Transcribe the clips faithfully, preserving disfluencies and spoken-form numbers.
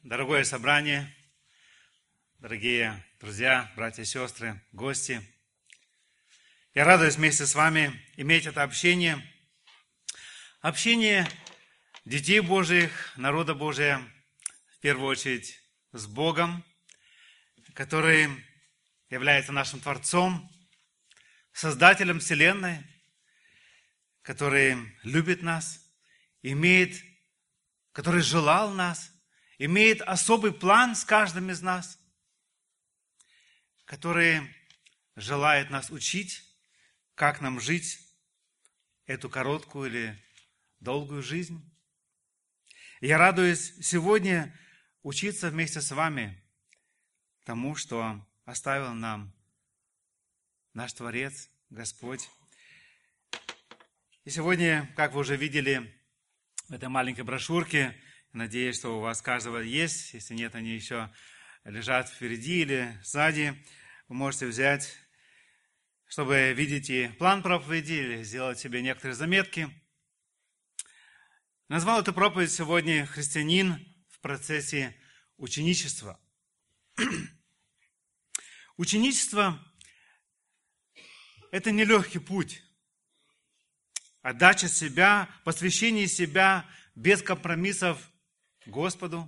Дорогое собрание, дорогие друзья, братья и сестры, гости, я радуюсь вместе с вами иметь это общение, общение детей Божьих, народа Божия, в первую очередь с Богом, который является нашим Творцом, Создателем Вселенной, который любит нас, имеет, который желал нас, имеет особый план с каждым из нас, который желает нас учить, как нам жить эту короткую или долгую жизнь. И я радуюсь сегодня учиться вместе с вами тому, что оставил нам наш Творец, Господь. И сегодня, как вы уже видели в этой маленькой брошюрке, надеюсь, что у вас каждого есть. Если нет, они еще лежат впереди или сзади. Вы можете взять, чтобы видеть и план проповеди, или сделать себе некоторые заметки. Назвал эту проповедь сегодня «Христианин в процессе ученичества». Ученичество – это нелегкий путь. Отдача себя, посвящение себя без компромиссов Господу,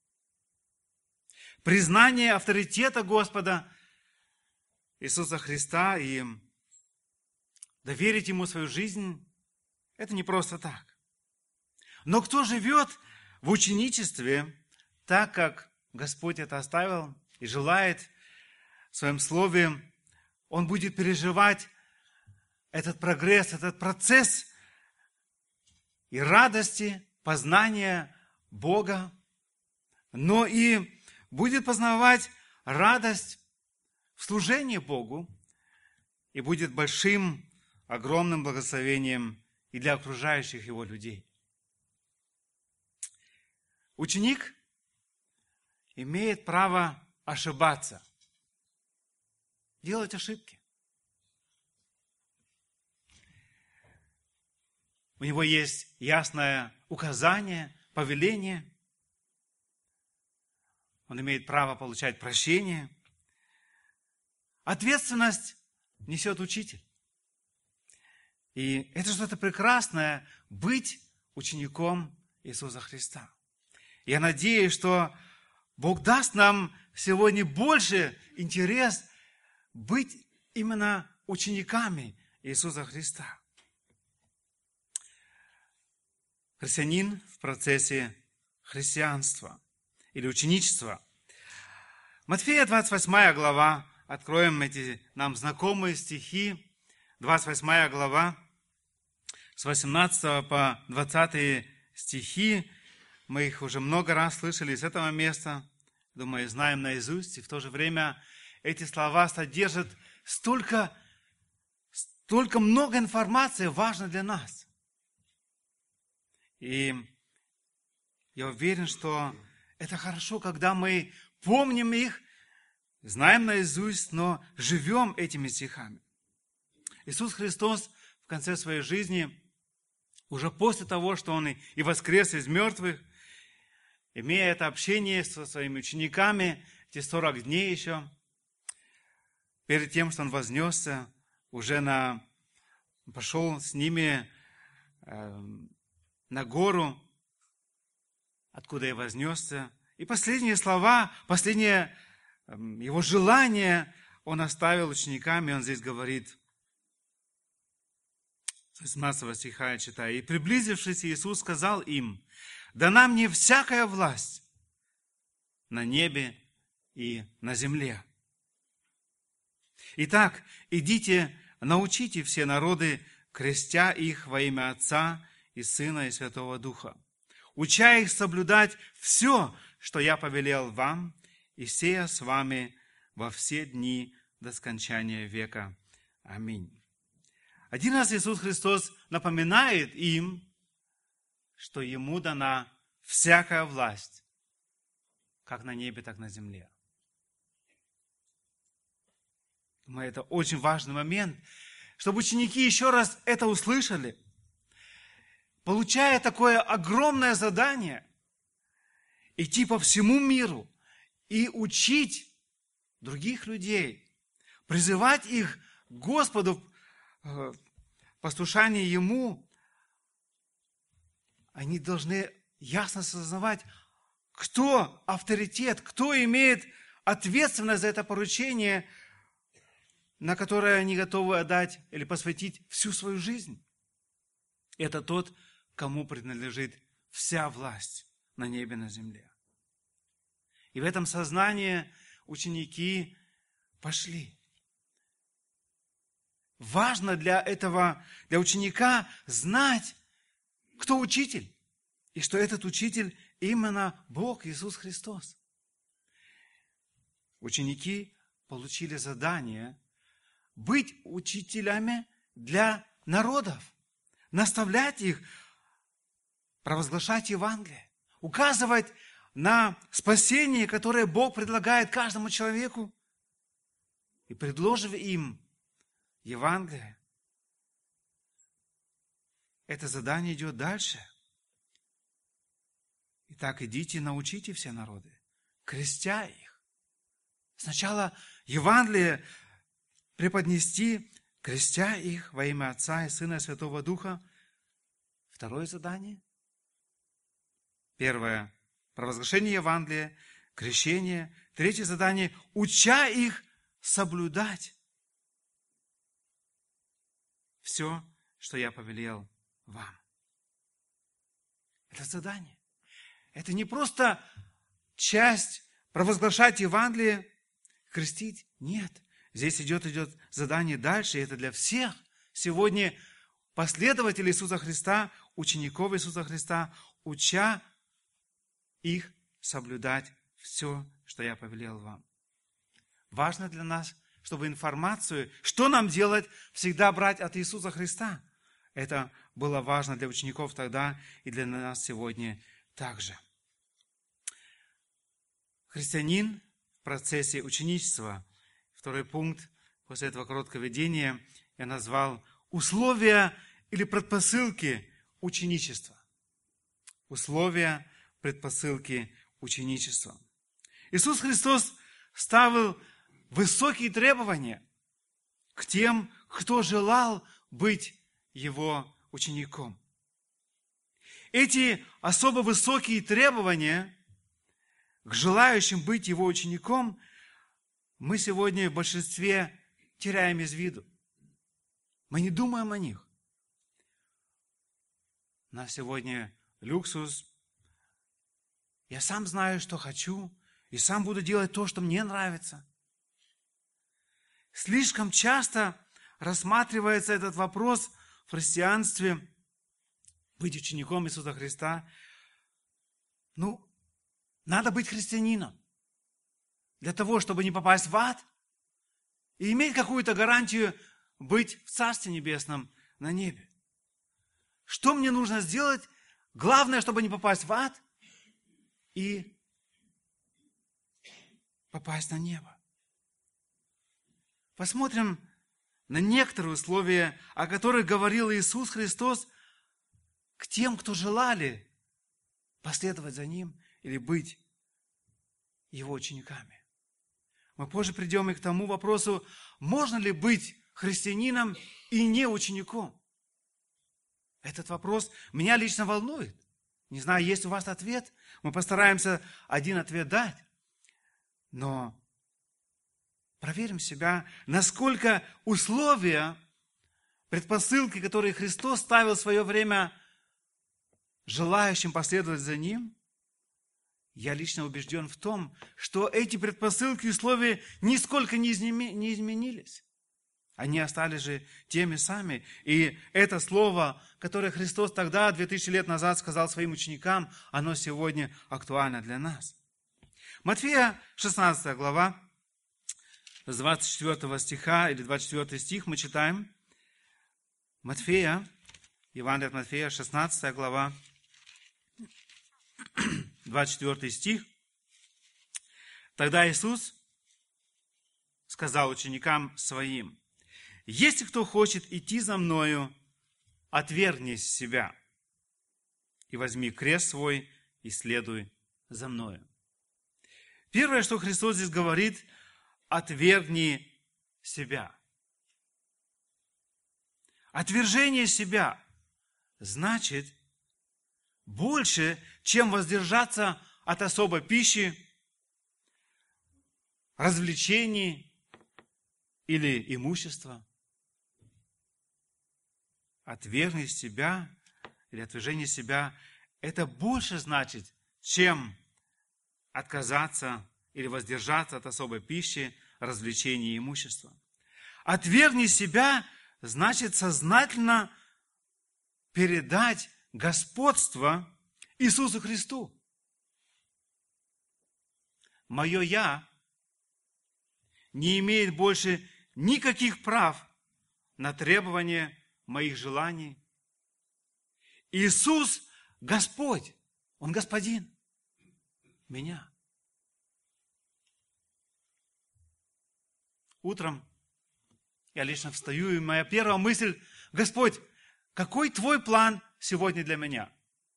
признание авторитета Господа Иисуса Христа и доверить Ему свою жизнь – это не просто так. Но кто живет в ученичестве так, как Господь это оставил и желает в Своем Слове, он будет переживать этот прогресс, этот процесс и радости, познания Бога, но и будет познавать радость в служении Богу и будет большим, огромным благословением и для окружающих его людей. Ученик имеет право ошибаться, делать ошибки. У него есть ясное указание, повеление. Он имеет право получать прощение. Ответственность несет учитель. И это что-то прекрасное – быть учеником Иисуса Христа. Я надеюсь, что Бог даст нам сегодня больше интерес быть именно учениками Иисуса Христа. Христианин в процессе христианства или ученичества. Матфея двадцать восьмая глава. Откроем эти нам знакомые стихи. двадцать восьмая глава, с восемнадцатого по двадцатый стихи. Мы их уже много раз слышали с этого места. Думаю, знаем наизусть. И в то же время эти слова содержат столько, столько много информации, важной для нас. И я уверен, что это хорошо, когда мы помним их, знаем наизусть, но живем этими стихами. Иисус Христос в конце своей жизни, уже после того, что Он и воскрес из мертвых, имея это общение со своими учениками, эти сорок дней еще, перед тем, что Он вознесся, уже на, пошел с ними э, на гору, откуда и вознесся. И последние слова, последнее э, его желание Он оставил учениками. Он здесь говорит, с восемнадцатого стиха я читаю. «И приблизившись, Иисус сказал им, дана мне всякая власть на небе и на земле. Итак, идите, научите все народы, крестя их во имя Отца и Сына и Святого Духа, уча их соблюдать все, что я повелел вам, и сея с вами во все дни до скончания века. Аминь». Один раз Иисус Христос напоминает им, что Ему дана всякая власть, как на небе, так и на земле. Думаю, это очень важный момент, чтобы ученики еще раз это услышали, получая такое огромное задание, идти по всему миру и учить других людей, призывать их к Господу в послушании Ему, они должны ясно осознавать, кто авторитет, кто имеет ответственность за это поручение, на которое они готовы отдать или посвятить всю свою жизнь. Это тот, кому принадлежит вся власть на небе и на земле. И в этом сознании ученики пошли. Важно для этого, для ученика знать, кто учитель, и что этот учитель именно Бог Иисус Христос. Ученики получили задание быть учителями для народов, наставлять их, провозглашать Евангелие, указывать на спасение, которое Бог предлагает каждому человеку, и предложив им Евангелие. Это задание идет дальше. Итак, идите, научите все народы, крестя их. Сначала Евангелие преподнести, крестя их во имя Отца и Сына и Святого Духа. Второе задание. Первое – провозглашение Евангелия, крещение. Третье задание – уча их соблюдать все, что я повелел вам. Это задание. Это не просто часть провозглашать Евангелие, крестить. Нет. Здесь идет, идет задание дальше, и это для всех. Сегодня последователей Иисуса Христа, учеников Иисуса Христа, уча их соблюдать все, что я повелел вам. Важно для нас, чтобы информацию, что нам делать, всегда брать от Иисуса Христа. Это было важно для учеников тогда и для нас сегодня также. Христианин в процессе ученичества. Второй пункт после этого короткого видения я назвал условия или предпосылки ученичества. Условия, предпосылки ученичества. Иисус Христос ставил высокие требования к тем, кто желал быть Его учеником. Эти особо высокие требования к желающим быть Его учеником мы сегодня в большинстве теряем из виду. Мы не думаем о них. У нас сегодня люксус. Я сам знаю, что хочу, и сам буду делать то, что мне нравится. Слишком часто рассматривается этот вопрос в христианстве, быть учеником Иисуса Христа. Ну, надо быть христианином для того, чтобы не попасть в ад и иметь какую-то гарантию быть в Царстве Небесном на небе. Что мне нужно сделать? Главное, чтобы не попасть в ад и попасть на небо. Посмотрим на некоторые условия, о которых говорил Иисус Христос к тем, кто желали последовать за Ним или быть Его учениками. Мы позже придем и к тому вопросу, можно ли быть христианином и не учеником. Этот вопрос меня лично волнует. Не знаю, есть у вас ответ. Мы постараемся один ответ дать. Но проверим себя, насколько условия, предпосылки, которые Христос ставил в свое время желающим последовать за Ним, я лично убежден в том, что эти предпосылки и условия нисколько не изменились. Они остались же теми сами. И это слово, которое Христос тогда, две тысячи лет назад, сказал своим ученикам, оно сегодня актуально для нас. Матфея, шестнадцатая глава, с двадцать четвёртого стиха или двадцать четвёртый стих мы читаем. Матфея, Евангелие от Матфея, шестнадцатая глава, двадцать четвёртый стих. Тогда Иисус сказал ученикам своим: «Если кто хочет идти за Мною, отвергнись себя и возьми крест свой и следуй за мною. Первое, что Христос здесь говорит, отвергни себя. Отвержение себя значит больше, чем воздержаться от особой пищи, развлечений или имущества. Отвергни себя или отвержение себя – это больше значит, чем отказаться или воздержаться от особой пищи, развлечений и имущества. Отвергни себя значит сознательно передать господство Иисусу Христу. Мое «я» не имеет больше никаких прав на требование моих желаний. Иисус – Господь, Он Господин меня. Утром я лично встаю, и моя первая мысль: Господь, какой Твой план сегодня для меня?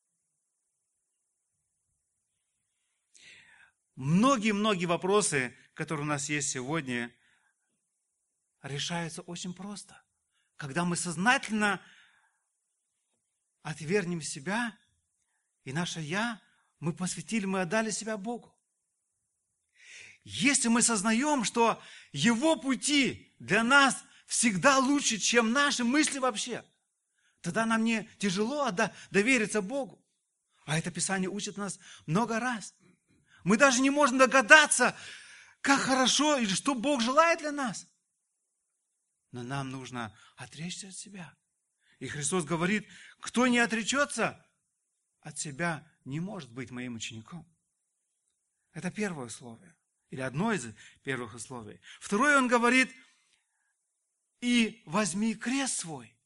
Многие-многие вопросы, которые у нас есть сегодня, решаются очень просто. Когда мы сознательно отвергнем себя, и наше «я», мы посвятили, мы отдали себя Богу. Если мы сознаем, что Его пути для нас всегда лучше, чем наши мысли вообще, тогда нам не тяжело довериться Богу. А это Писание учит нас много раз. Мы даже не можем догадаться, как хорошо или что Бог желает для нас. Но нам нужно отречься от себя. И Христос говорит: кто не отречется от себя, не может быть моим учеником. Это первое условие. Или одно из первых условий. Второе, Он говорит: и возьми крест свой.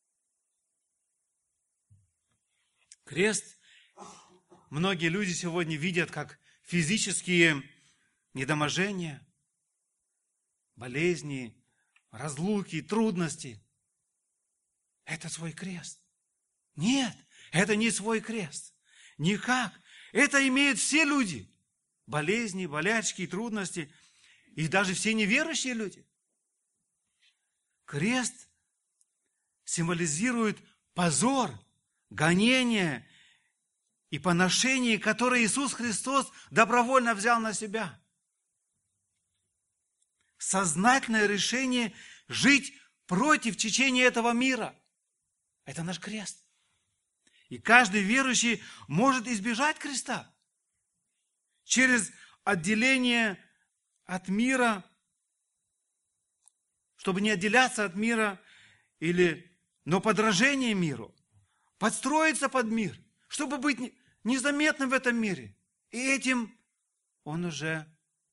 Крест многие люди сегодня видят как физические недоможения, болезни, разлуки, трудности. Это свой крест. Нет, это не свой крест. Никак. Это имеют все люди. Болезни, болячки, трудности. И даже все неверующие люди. Крест символизирует позор, гонение и поношение, которое Иисус Христос добровольно взял на себя. Сознательное решение жить против течения этого мира. Это наш крест. И каждый верующий может избежать креста через отделение от мира, чтобы не отделяться от мира, или, но подражение миру, подстроиться под мир, чтобы быть незаметным в этом мире. И этим он уже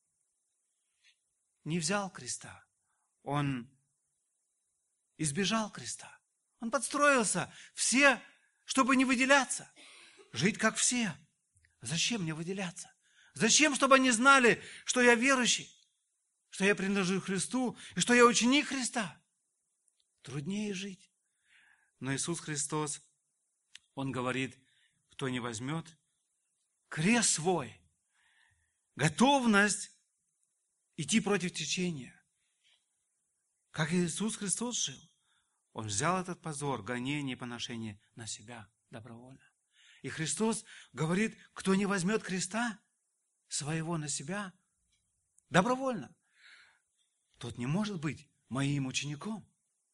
не взял креста. Он избежал креста. Он подстроился все, чтобы не выделяться. Жить как все. Зачем мне выделяться? Зачем, чтобы они знали, что я верующий, что я принадлежу Христу и что я ученик Христа? Труднее жить. Но Иисус Христос, Он говорит: кто не возьмет крест свой, готовность идти против течения. Как Иисус Христос жил. Он взял этот позор, гонение и поношение на себя добровольно. И Христос говорит: кто не возьмет креста своего на себя добровольно, тот не может быть моим учеником.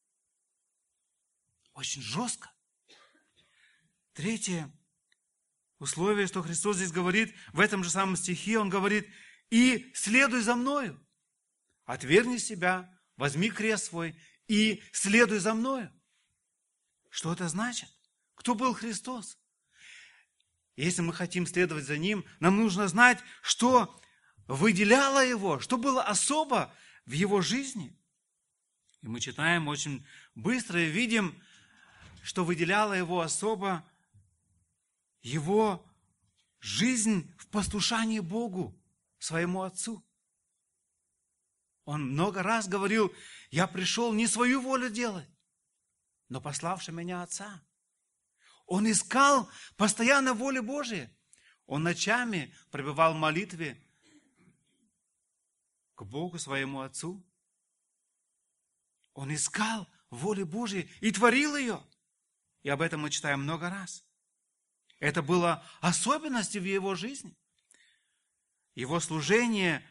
Очень жестко. Третье условие, что Христос здесь говорит, в этом же самом стихе, Он говорит: и следуй за мною. Отвергни себя, возьми крест свой и следуй за мною. Что это значит? Кто был Христос? Если мы хотим следовать за Ним, нам нужно знать, что выделяло Его, что было особо в Его жизни. И мы читаем очень быстро и видим, что выделяло Его особо Его жизнь в послушании Богу, своему Отцу. Он много раз говорил: я пришел не свою волю делать, но пославший меня Отца. Он искал постоянно воли Божией. Он ночами пребывал в молитве к Богу, своему Отцу. Он искал воли Божьей и творил ее. И об этом мы читаем много раз. Это было особенностью в его жизни. Его служение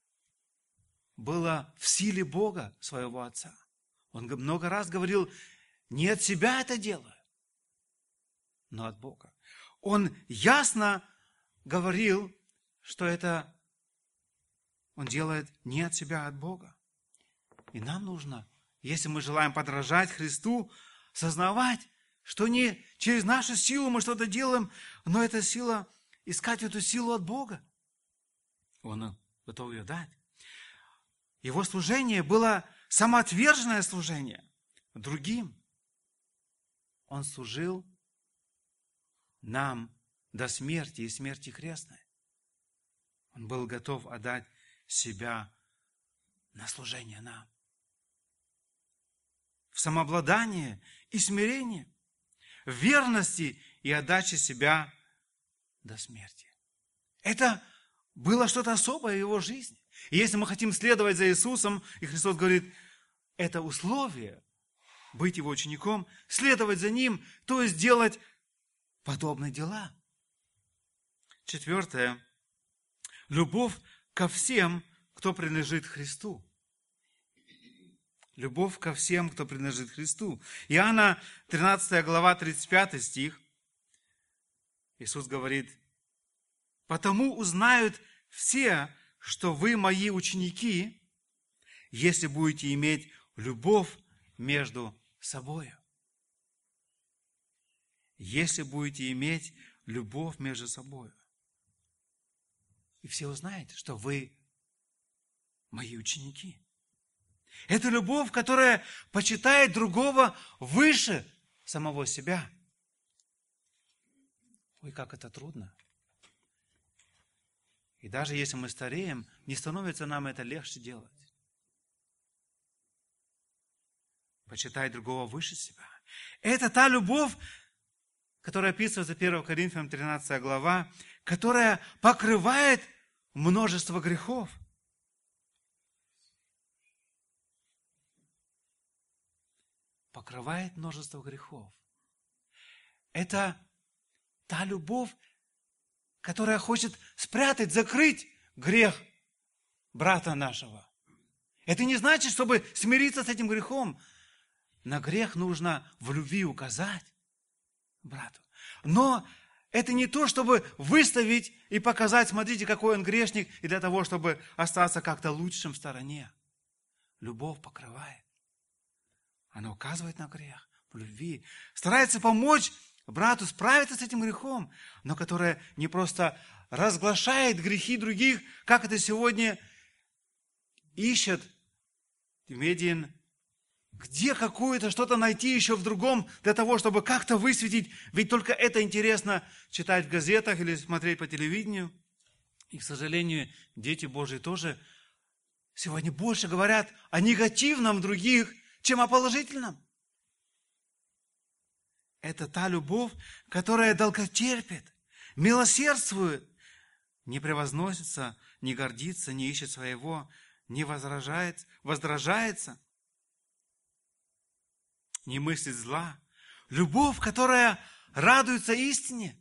было в силе Бога, своего Отца. Он много раз говорил, не от себя это делаю, но от Бога. Он ясно говорил, что это он делает не от себя, а от Бога. И нам нужно, если мы желаем подражать Христу, сознавать, что не через нашу силу мы что-то делаем, но это сила, искать эту силу от Бога. Он готов ее дать. Его служение было самоотверженное служение другим. Он служил нам до смерти и смерти крестной. Он был готов отдать себя на служение нам. В самообладании и смирении, в верности и отдаче себя до смерти. Это было что-то особое в его жизни. И если мы хотим следовать за Иисусом, и Христос говорит, это условие быть его учеником, следовать за ним, то есть делать подобные дела. Четвертое. Любовь ко всем, кто принадлежит Христу. Любовь ко всем, кто принадлежит Христу. Иоанна тринадцатая глава, тридцать пятый стих. Иисус говорит, «Потому узнают все, что вы мои ученики, если будете иметь любовь между собой». Если будете иметь любовь между собой. И все узнаете, что вы мои ученики. Это любовь, которая почитает другого выше самого себя. Ой, как это трудно. И даже если мы стареем, не становится нам это легче делать. Почитать другого выше себя. Это та любовь, которая описывается первое Коринфянам тринадцатая глава, которая покрывает множество грехов. Покрывает множество грехов. Это та любовь, которая хочет спрятать, закрыть грех брата нашего. Это не значит, чтобы смириться с этим грехом. На грех нужно в любви указать брату. Но это не то, чтобы выставить и показать, смотрите, какой он грешник, и для того, чтобы остаться как-то лучшим в стороне. Любовь покрывает. Она указывает на грех в любви. Старается помочь брату справиться с этим грехом, но которая не просто разглашает грехи других, как это сегодня ищет медиин, где какое-то что-то найти еще в другом, для того, чтобы как-то высветить. Ведь только это интересно читать в газетах или смотреть по телевидению. И, к сожалению, дети Божьи тоже сегодня больше говорят о негативном других, чем о положительном. Это та любовь, которая долготерпит, милосердствует, не превозносится, не гордится, не ищет своего, не возражает, воздражается, не мыслит зла. Любовь, которая радуется истине.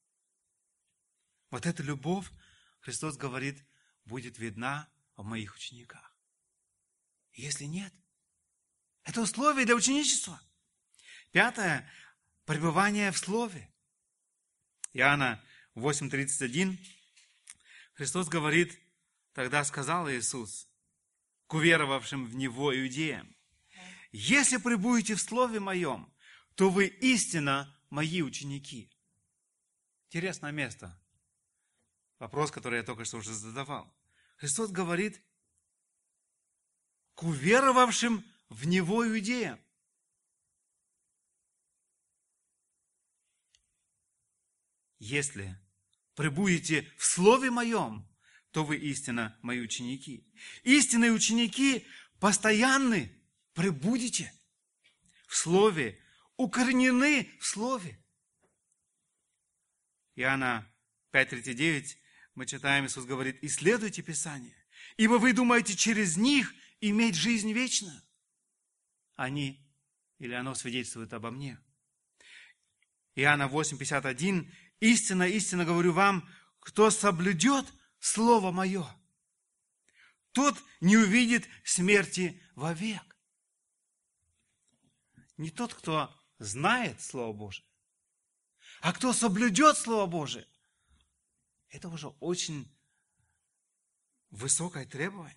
Вот эта любовь, Христос говорит, будет видна в моих учениках. Если нет, это условие для ученичества. Пятое. Пребывание в Слове. Иоанна восемь тридцать один. Христос говорит, тогда сказал Иисус к уверовавшим в Него иудеям, если пребудете в Слове Моем, то вы истинно Мои ученики. Интересное место. Вопрос, который я только что уже задавал. Христос говорит к уверовавшим в Него иудеям. Если пребудете в Слове Моем, то вы истинно Мои ученики. Истинные ученики постоянны, пребудете в Слове, укоренены в Слове. Иоанна пять тридцать девять мы читаем, Иисус говорит: «Исследуйте Писание, ибо вы думаете через них иметь жизнь вечную. Они или оно свидетельствует обо мне». Иоанна восемь пятьдесят один: «Истинно, истинно говорю вам, кто соблюдет Слово Мое, тот не увидит смерти вовек». Не тот, кто знает Слово Божие, а кто соблюдет Слово Божие. Это уже очень высокое требование.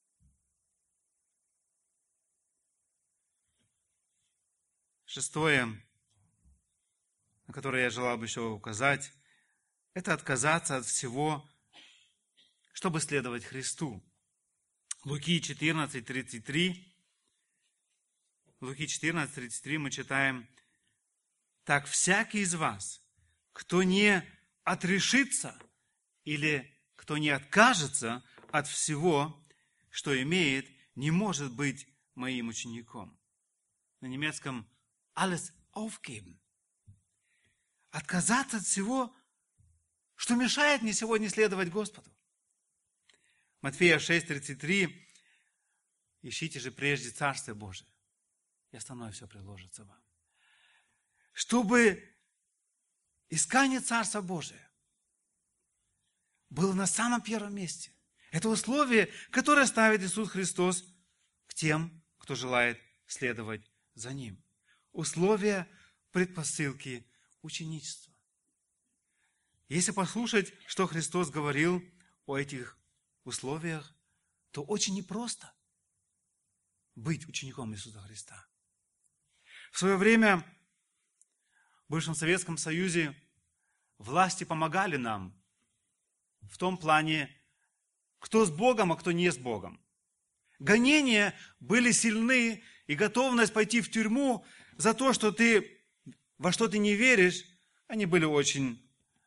Шестое, на которое я желал бы еще указать, это отказаться от всего, чтобы следовать Христу. Луки четырнадцать тридцать три. Луки четырнадцать тридцать три мы читаем: «Так всякий из вас, кто не отрешится или кто не откажется от всего, что имеет, не может быть моим учеником». На немецком alles aufgeben. Отказаться от всего, что мешает мне сегодня следовать Господу. Матфея шесть тридцать три: «Ищите же прежде Царствие Божие, и остальное все приложится вам». Чтобы искание Царства Божия было на самом первом месте. Это условие, которое ставит Иисус Христос к тем, кто желает следовать за Ним. Условия, предпосылки ученичества. Если послушать, что Христос говорил о этих условиях, то очень непросто быть учеником Иисуса Христа. В свое время в бывшем Советском Союзе власти помогали нам в том плане, кто с Богом, а кто не с Богом. Гонения были сильны, и готовность пойти в тюрьму за то, что ты во что ты не веришь, они были очень...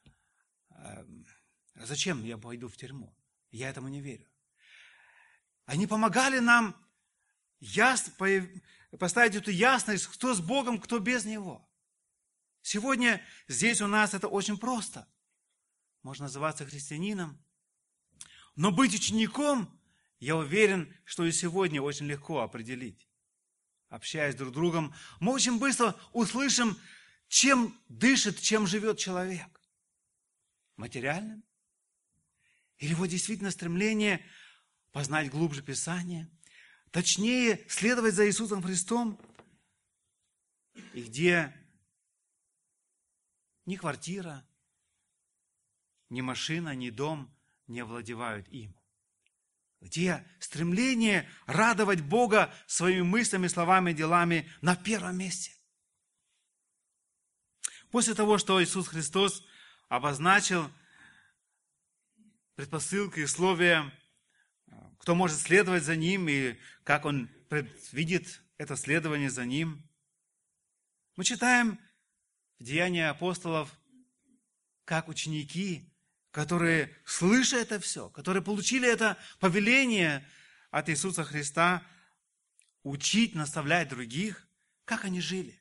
Зачем я пойду в тюрьму? Я этому не верю. Они помогали нам ясно, поставить эту ясность, кто с Богом, кто без Него. Сегодня здесь у нас это очень просто. Можно называться христианином. Но быть учеником, я уверен, что и сегодня очень легко определить. Общаясь друг с другом, мы очень быстро услышим, чем дышит, чем живет человек. Материальным? Или его действительно стремление познать глубже Писание, точнее следовать за Иисусом Христом, и где ни квартира, ни машина, ни дом не овладевают им. Где стремление радовать Бога своими мыслями, словами, делами на первом месте. После того, что Иисус Христос обозначил предпосылки и условия, кто может следовать за Ним и как Он предвидит это следование за Ним, мы читаем в Деяниях апостолов, как ученики, которые, слыша это все, которые получили это повеление от Иисуса Христа, учить, наставлять других, как они жили.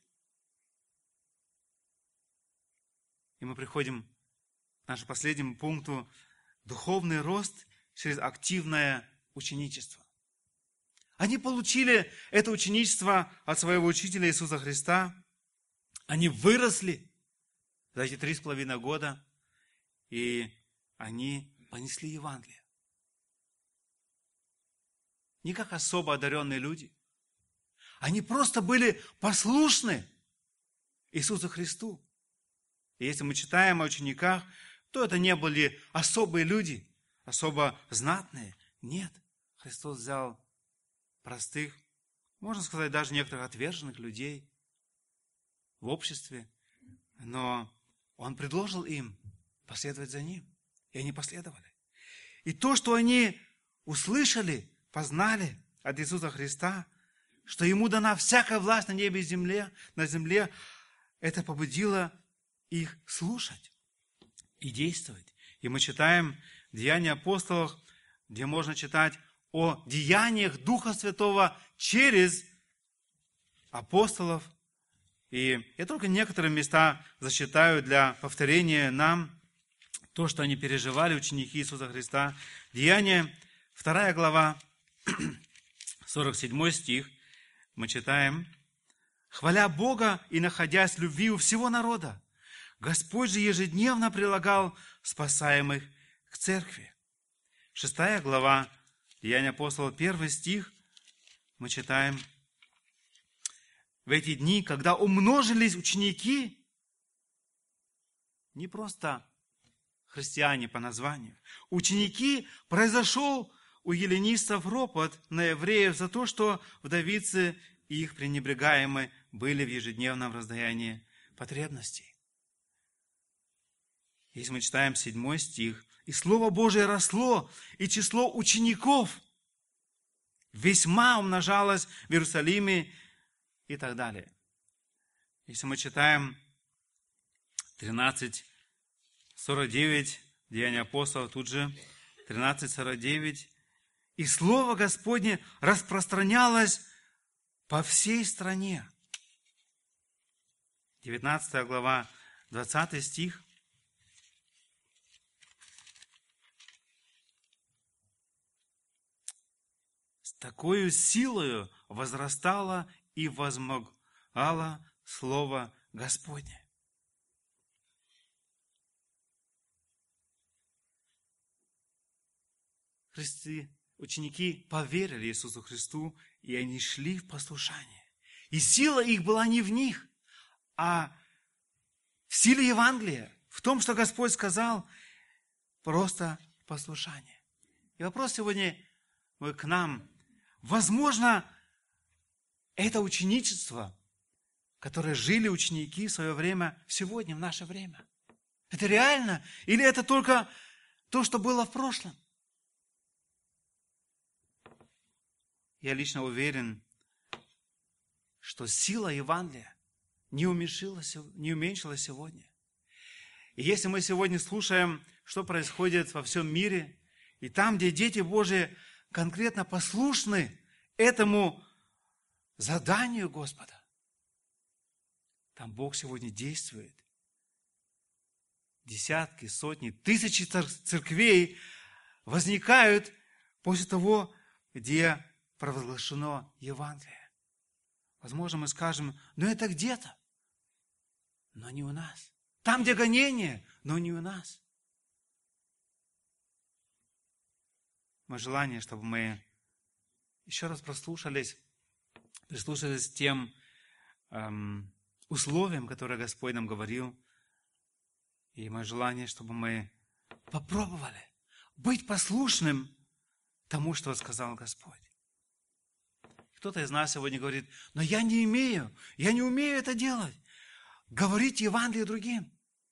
И мы приходим к нашему последнему пункту: духовный рост через активное ученичество. Они получили это ученичество от своего учителя Иисуса Христа. Они выросли за эти три с половиной года, и они понесли Евангелие. Не как особо одаренные люди. Они просто были послушны Иисусу Христу. И если мы читаем о учениках, то это не были особые люди, особо знатные. Нет, Христос взял простых, можно сказать, даже некоторых отверженных людей в обществе, но Он предложил им последовать за Ним, и они последовали. И то, что они услышали, познали от Иисуса Христа, что Ему дана всякая власть на небе и земле, на земле, это побудило их слушать и действовать. И мы читаем в Деяниях апостолов, где можно читать о деяниях Духа Святого через апостолов. И я только некоторые места зачитаю для повторения нам. то, что они переживали, ученики Иисуса Христа. Деяния, вторая глава, сорок седьмой стих, мы читаем: «Хваля Бога и находясь в любви у всего народа, Господь же ежедневно прилагал спасаемых к церкви». Шестая глава, Деяния апостолов, первый стих, мы читаем: «В эти дни, когда умножились ученики», не просто христиане по названию, ученики, произошел у эллинистов ропот на евреев за то, что вдовицы и их пренебрегаемые были в ежедневном раздаянии потребностей. Если мы читаем седьмой стих: «И Слово Божие росло, и число учеников весьма умножалось в Иерусалиме», и так далее. Если мы читаем тринадцать сорок девять, Деяния апостолов, тут же тринадцать сорок девять, «И Слово Господне распространялось по всей стране». девятнадцатая глава, двадцатый стих. «С такою силою возрастало и возмогало Слово Господне». Христи, ученики поверили Иисусу Христу, и они шли в послушание. И сила их была не в них, а в силе Евангелия, в том, что Господь сказал, просто послушание. И вопрос сегодня к нам. Возможно, это ученичество, которое жили ученики в свое время, сегодня, в наше время. Это реально? Или это только то, что было в прошлом? Я лично уверен, что сила Евангелия не уменьшилась, не уменьшилась сегодня. И если мы сегодня слушаем, что происходит во всем мире, и там, где дети Божии конкретно послушны этому заданию Господа, там Бог сегодня действует. Десятки, сотни, тысячи церквей возникают после того, где провозглашено Евангелие. Возможно, мы скажем: ну это где-то, но не у нас. Там, где гонение, но не у нас. Мое желание, чтобы мы еще раз прослушались, прислушались к тем эм, условиям, которые Господь нам говорил. И мое желание, чтобы мы попробовали быть послушным тому, что сказал Господь. Кто-то из нас сегодня говорит: но я не имею, я не умею это делать. Говорить Евангелие другим.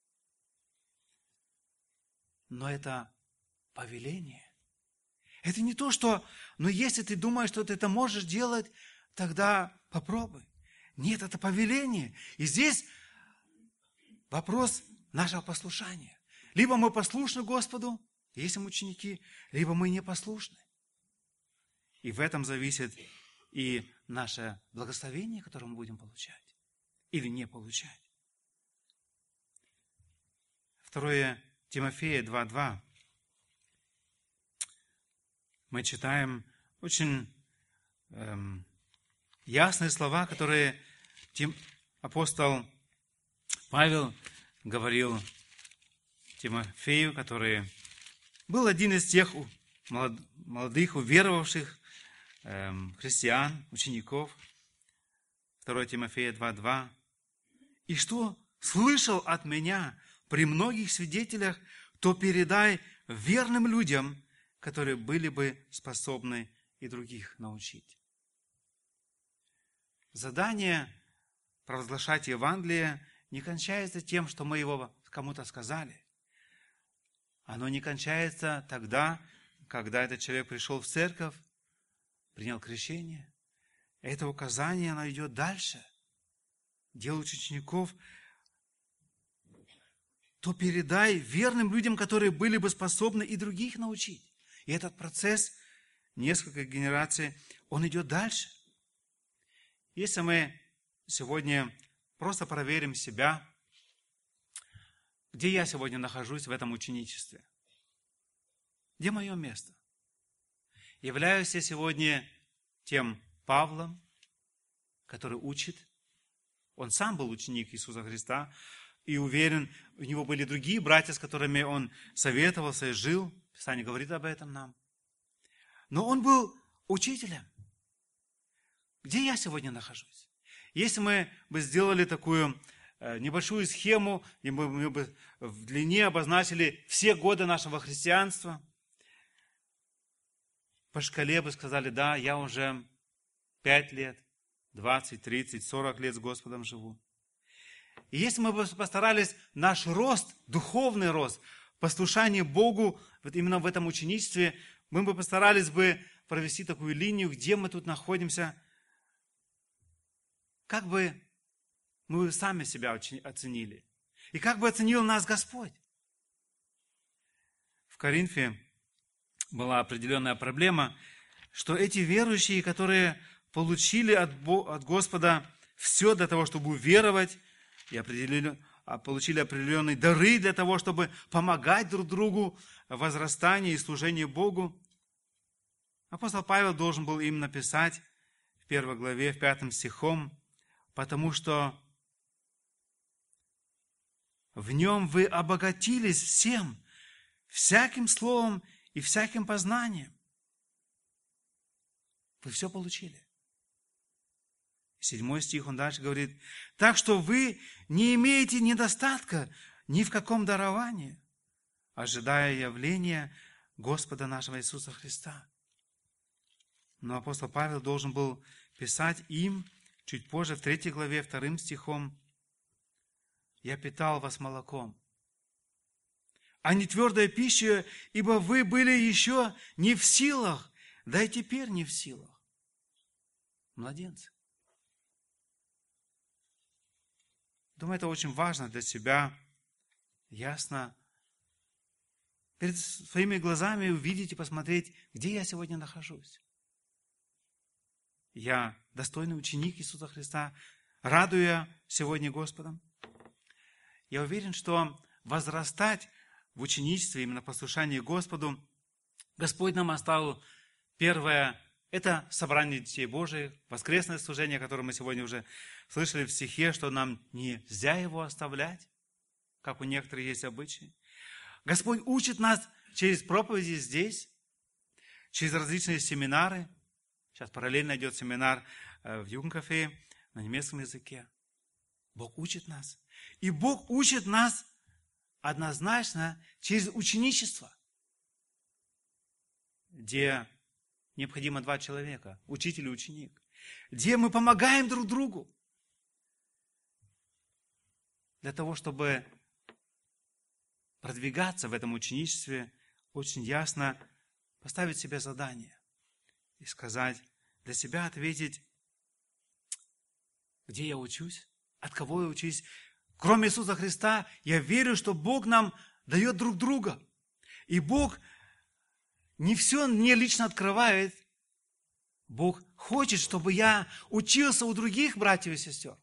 Но это повеление. Это не то, что, но если ты думаешь, что ты это можешь делать, тогда попробуй. Нет, это повеление. И здесь вопрос нашего послушания. Либо мы послушны Господу, если мы ученики, либо мы непослушны. И в этом зависит и наше благословение, которое мы будем получать или не получать. Второе Тимофея два два. Мы читаем очень эм, ясные слова, которые Тим, апостол Павел говорил Тимофею, который был один из тех молодых, уверовавших эм, христиан, учеников. второе Тимофея два два. «И что слышал от меня при многих свидетелях, то передай верным людям, которые были бы способны и других научить». Задание провозглашать Евангелие не кончается тем, что мы его кому-то сказали. Оно не кончается тогда, когда этот человек пришел в церковь, принял крещение. Это указание, оно идет дальше. Делать учеников, то передай верным людям, которые были бы способны и других научить. И этот процесс, несколько генераций, он идет дальше. Если мы сегодня просто проверим себя, где я сегодня нахожусь в этом ученичестве? Где мое место? Являюсь я сегодня тем Павлом, который учит? Он сам был ученик Иисуса Христа, и уверен, у него были другие братья, с которыми он советовался и жил. Писание говорит об этом нам. Но он был учителем. Где я сегодня нахожусь? Если мы бы сделали такую небольшую схему, и мы, мы бы в длине обозначили все годы нашего христианства, по шкале бы сказали, да, я уже пять лет, двадцать, тридцать, сорок лет с Господом живу. И если мы бы постарались наш рост, духовный рост, послушание Богу, вот именно в этом ученичестве, мы бы постарались бы провести такую линию, где мы тут находимся, как бы мы сами себя оценили. И как бы оценил нас Господь. В Коринфе была определенная проблема, что эти верующие, которые получили от, от Господа все для того, чтобы уверовать, и определили, получили определенные дары для того, чтобы помогать друг другу в возрастании и служении Богу, апостол Павел должен был им написать в первой главе, в пятом стихом, потому что в нем вы обогатились всем, всяким словом и всяким познанием. Вы все получили. Седьмой стих, он дальше говорит, так что вы не имеете недостатка ни в каком даровании, ожидая явления Господа нашего Иисуса Христа. Но апостол Павел должен был писать им чуть позже, в третьей главе, вторым стихом, «Я питал вас молоком, а не твердая пища, ибо вы были еще не в силах, да и теперь не в силах». Младенцы. Думаю, это очень важно для себя, ясно, перед своими глазами увидеть и посмотреть, где я сегодня нахожусь. Я достойный ученик Иисуса Христа, радуя сегодня Господом. Я уверен, что возрастать в ученичестве, именно послушании Господу, Господь нам оставил первое, это собрание детей Божиих, воскресное служение, которое мы сегодня уже слышали в стихе, что нам нельзя его оставлять, как у некоторых есть обычаи. Господь учит нас через проповеди здесь, через различные семинары. Сейчас параллельно идет семинар в Югенкафе на немецком языке. Бог учит нас. И Бог учит нас однозначно через ученичество, где необходимо два человека, учитель и ученик, где мы помогаем друг другу для того, чтобы продвигаться в этом ученичестве, очень ясно поставить себе задание и сказать, для себя ответить, где я учусь, от кого я учусь. Кроме Иисуса Христа, я верю, что Бог нам дает друг друга. И Бог не все мне лично открывает. Бог хочет, чтобы я учился у других братьев и сестер.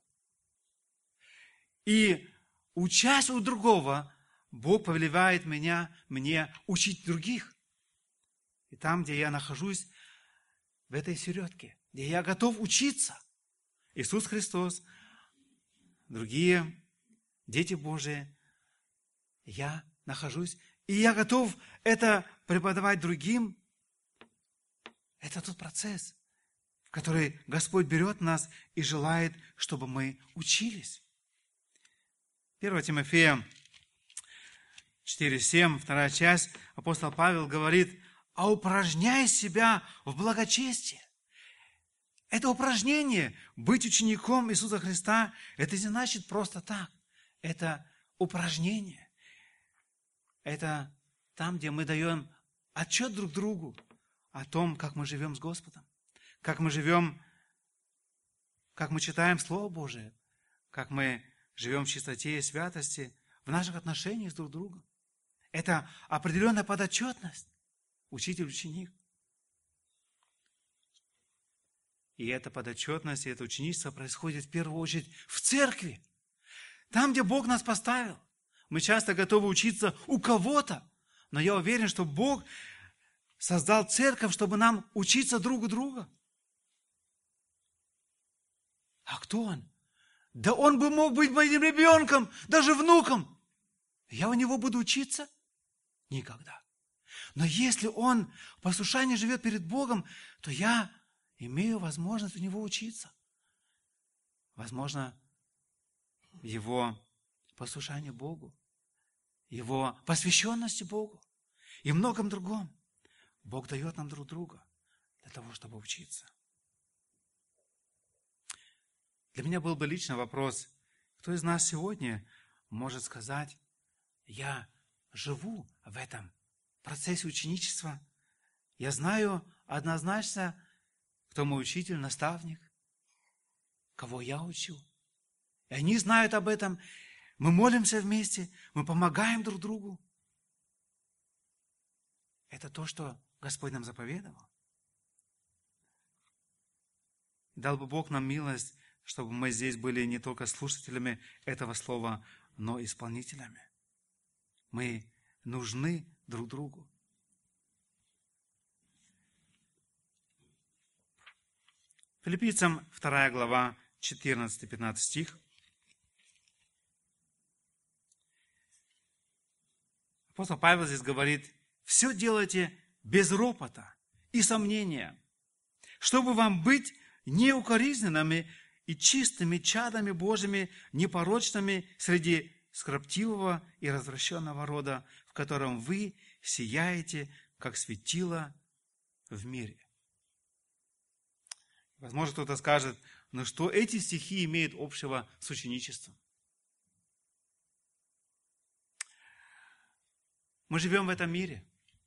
И учась у другого, Бог повелевает меня, мне учить других. И там, где я нахожусь, в этой середке, где я готов учиться, Иисус Христос, другие дети Божии, я нахожусь, и я готов это преподавать другим. Это тот процесс, в который Господь берет нас и желает, чтобы мы учились. первое Тимофея четыре семь, вторая часть, апостол Павел говорит, а упражняй себя в благочестии. Это упражнение, быть учеником Иисуса Христа, это не значит просто так. Это упражнение. Это там, где мы даем отчет друг другу о том, как мы живем с Господом, как мы живем, как мы читаем Слово Божие, как мы живем в чистоте и святости в наших отношениях с друг другом. Это определенная подотчетность. Учитель-ученик. И эта подотчетность, и это ученичество происходит в первую очередь в церкви. Там, где Бог нас поставил. мы часто готовы учиться у кого-то, но я уверен, что Бог создал церковь, чтобы нам учиться друг у друга. А кто он? Да он бы мог быть моим ребенком, даже внуком. Я у него буду учиться? Никогда. Но если он в послушании живет перед Богом, то я имею возможность у него учиться. Возможно, его послушание Богу, его посвященности Богу и многом другом. Бог дает нам друг друга для того, чтобы учиться. Для меня был бы личный вопрос, кто из нас сегодня может сказать, я живу в этом процессе ученичества, я знаю однозначно, кто мой учитель, наставник, кого я учу. И они знают об этом. Мы молимся вместе, мы помогаем друг другу. Это то, что Господь нам заповедовал. Дал бы Бог нам милость, чтобы мы здесь были не только слушателями этого слова, но и исполнителями. Мы нужны друг другу. Филиппийцам вторая глава, четырнадцатый-пятнадцатый стих. Апостол Павел здесь говорит, все делайте без ропота и сомнения, чтобы вам быть неукоризненными и чистыми чадами Божьими, непорочными среди скроптивого и развращенного рода, в котором вы сияете, как светило в мире. Возможно, кто-то скажет, но что эти стихи имеют общего с ученичеством? Мы живем в этом мире.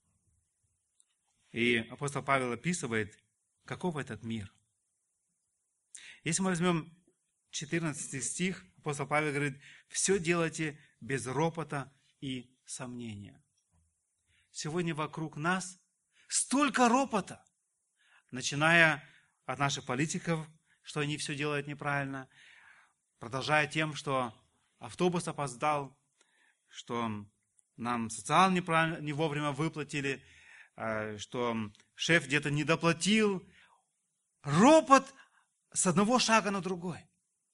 И апостол Павел описывает, каков этот мир. Если мы возьмем четырнадцатый стих, апостол Павел говорит, все делайте без ропота и сомнения. Сегодня вокруг нас столько ропота, начиная от наших политиков, что они все делают неправильно, продолжая тем, что автобус опоздал, что нам социал неправильно, не вовремя выплатили, что шеф где-то не доплатил. Ропот с одного шага на другой.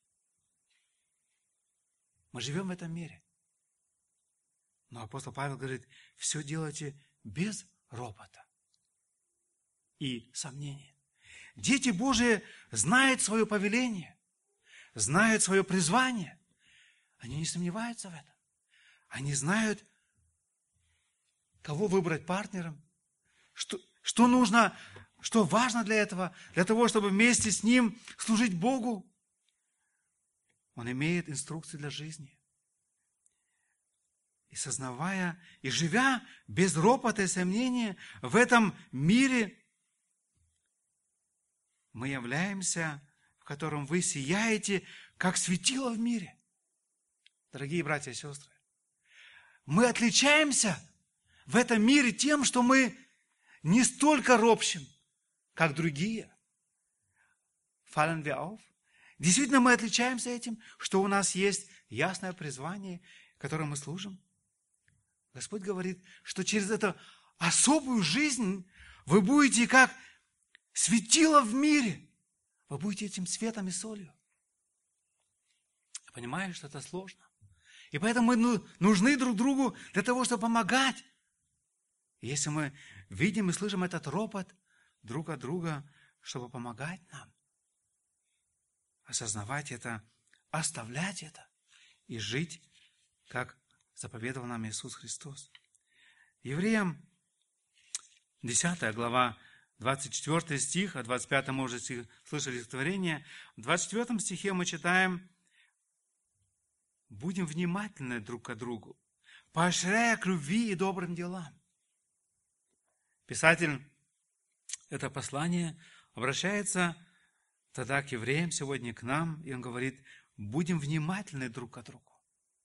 Мы живем в этом мире. Но апостол Павел говорит, все делайте без ропота и сомнения. Дети Божии знают свое повеление, знают свое призвание. Они не сомневаются в этом. Они знают, кого выбрать партнером, что, что нужно, что важно для этого, для того, чтобы вместе с ним служить Богу. Он имеет инструкции для жизни. И сознавая, и живя без ропота и сомнения в этом мире, мы являемся, в котором вы сияете, как светило в мире. Дорогие братья и сестры, мы отличаемся в этом мире тем, что мы не столько ропщим, как другие. Fallen wir auf? Действительно, мы отличаемся этим, что у нас есть ясное призвание, которым мы служим. Господь говорит, что через эту особую жизнь вы будете как светило в мире. Вы будете этим светом и солью. Понимаешь, что это сложно. И поэтому мы нужны друг другу для того, чтобы помогать. И если мы видим и слышим этот ропот друг от друга, чтобы помогать нам, осознавать это, оставлять это и жить, как заповедовал нам Иисус Христос. Евреям десятая глава, двадцать четвёртый стих, а двадцать пятый мы уже слышали стихотворение. В двадцать четвёртом стихе мы читаем: «Будем внимательны друг к другу, поощряя к любви и добрым делам». Писатель это послание обращается тогда к евреям, сегодня к нам, и он говорит: будем внимательны друг к другу,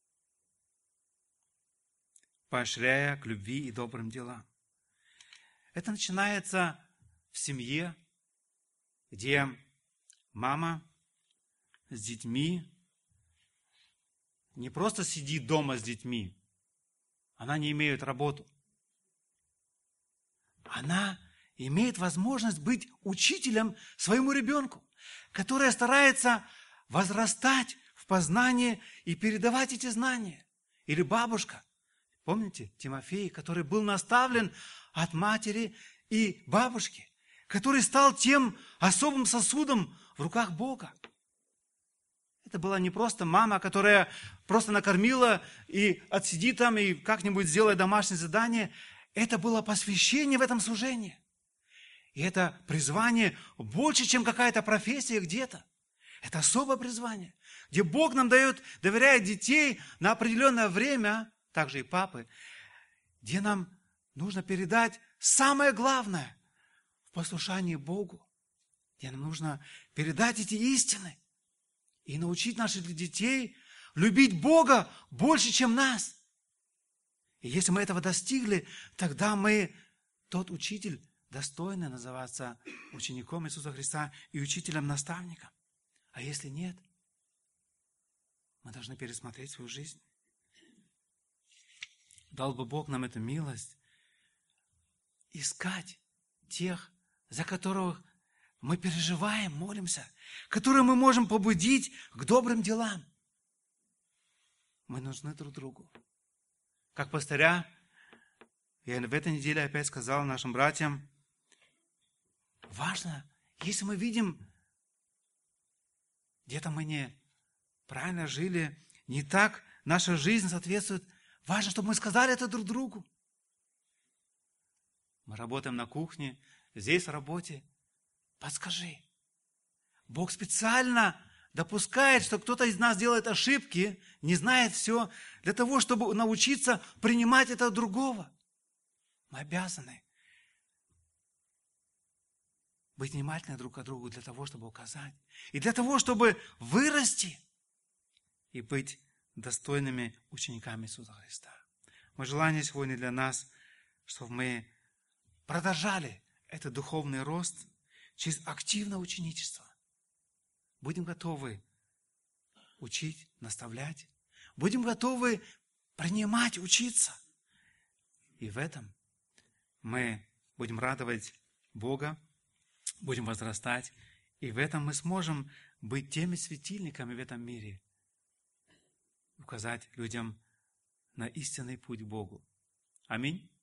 поощряя к любви и добрым делам. Это начинается в семье, где мама с детьми не просто сидит дома с детьми, она не имеет работу. Она имеет возможность быть учителем своему ребенку, который старается возрастать в познании и передавать эти знания. Или бабушка, помните, Тимофей, который был наставлен от матери и бабушки, который стал тем особым сосудом в руках Бога. Это была не просто мама, которая просто накормила и отсиди там и как-нибудь сделай домашнее задание. Это было посвящение в этом служении. И это призвание больше, чем какая-то профессия где-то. Это особое призвание, где Бог нам дает, доверяет детей на определенное время, также и папы, где нам нужно передать самое главное в послушании Богу, где нам нужно передать эти истины и научить наших детей любить Бога больше, чем нас. И если мы этого достигли, тогда мы тот учитель, достойный называться учеником Иисуса Христа и учителем-наставником. А если нет, мы должны пересмотреть свою жизнь. Дал бы Бог нам эту милость искать тех, за которых мы переживаем, молимся, которые мы можем побудить к добрым делам. Мы нужны друг другу. Как пастыря, я в этой неделе опять сказал нашим братьям, важно, если мы видим, где-то мы не правильно жили, не так наша жизнь соответствует, важно, чтобы мы сказали это друг другу. Мы работаем на кухне, здесь в работе. Подскажи. Бог специально допускает, что кто-то из нас делает ошибки, не знает все, для того, чтобы научиться принимать это от другого. Мы обязаны быть внимательны друг к другу для того, чтобы указать. И для того, чтобы вырасти и быть достойными учениками Иисуса Христа. Мое желание сегодня для нас, чтобы мы продолжали этот духовный рост через активное ученичество. Будем готовы учить, наставлять. Будем готовы принимать, учиться. И в этом мы будем радовать Бога, будем возрастать. И в этом мы сможем быть теми светильниками в этом мире. Указать людям на истинный путь к Богу. Аминь.